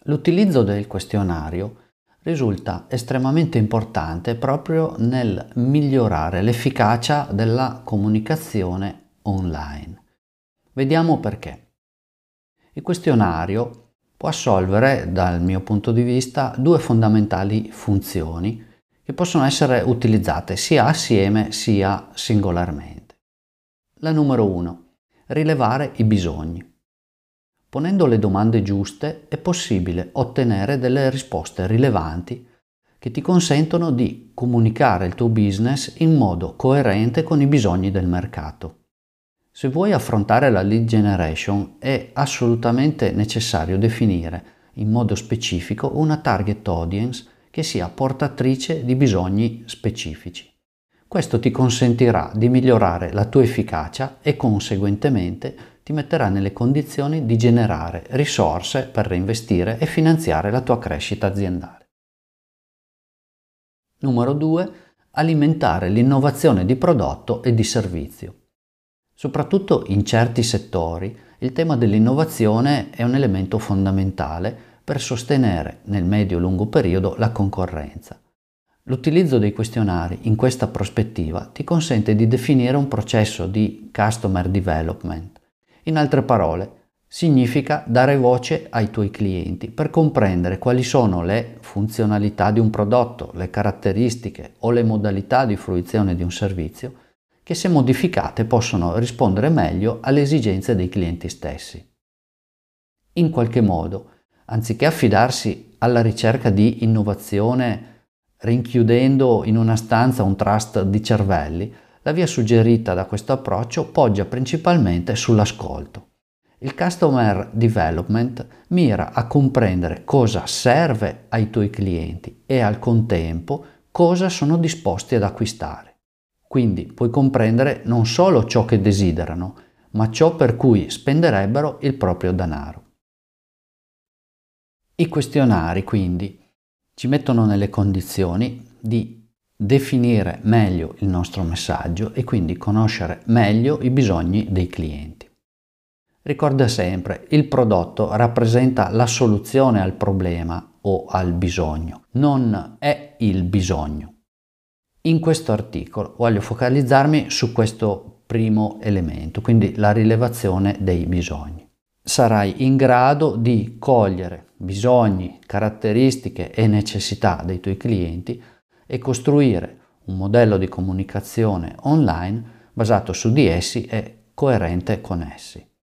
L'utilizzo del questionario risulta estremamente importante proprio nel migliorare l'efficacia della comunicazione online. Vediamo perché. Il questionario può assolvere, dal mio punto di vista, due fondamentali funzioni che possono essere utilizzate sia assieme sia singolarmente. La numero 1. Rilevare i bisogni. Ponendo le domande giuste è possibile ottenere delle risposte rilevanti che ti consentono di comunicare il tuo business in modo coerente con i bisogni del mercato. Se vuoi affrontare la lead generation è assolutamente necessario definire in modo specifico una target audience che sia portatrice di bisogni specifici. Questo ti consentirà di migliorare la tua efficacia e conseguentemente ti metterà nelle condizioni di generare risorse per reinvestire e finanziare la tua crescita aziendale. Numero 2. Alimentare l'innovazione di prodotto e di servizio. Soprattutto in certi settori, il tema dell'innovazione è un elemento fondamentale per sostenere nel medio-lungo periodo la concorrenza. L'utilizzo dei questionari in questa prospettiva ti consente di definire un processo di customer development. In altre parole, significa dare voce ai tuoi clienti per comprendere quali sono le funzionalità di un prodotto, le caratteristiche o le modalità di fruizione di un servizio che, se modificate, possono rispondere meglio alle esigenze dei clienti stessi. In qualche modo, anziché affidarsi alla ricerca di innovazione rinchiudendo in una stanza un trust di cervelli, la via suggerita da questo approccio poggia principalmente sull'ascolto. Il customer development mira a comprendere cosa serve ai tuoi clienti e al contempo cosa sono disposti ad acquistare. Quindi puoi comprendere non solo ciò che desiderano, ma ciò per cui spenderebbero il proprio denaro. I questionari, quindi, ci mettono nelle condizioni di definire meglio il nostro messaggio e quindi conoscere meglio i bisogni dei clienti. Ricorda sempre, il prodotto rappresenta la soluzione al problema o al bisogno, non è il bisogno. In questo articolo voglio focalizzarmi su questo primo elemento, quindi la rilevazione dei bisogni. Sarai in grado di cogliere bisogni, caratteristiche e necessità dei tuoi clienti e costruire un modello di comunicazione online basato su di essi e coerente con essi.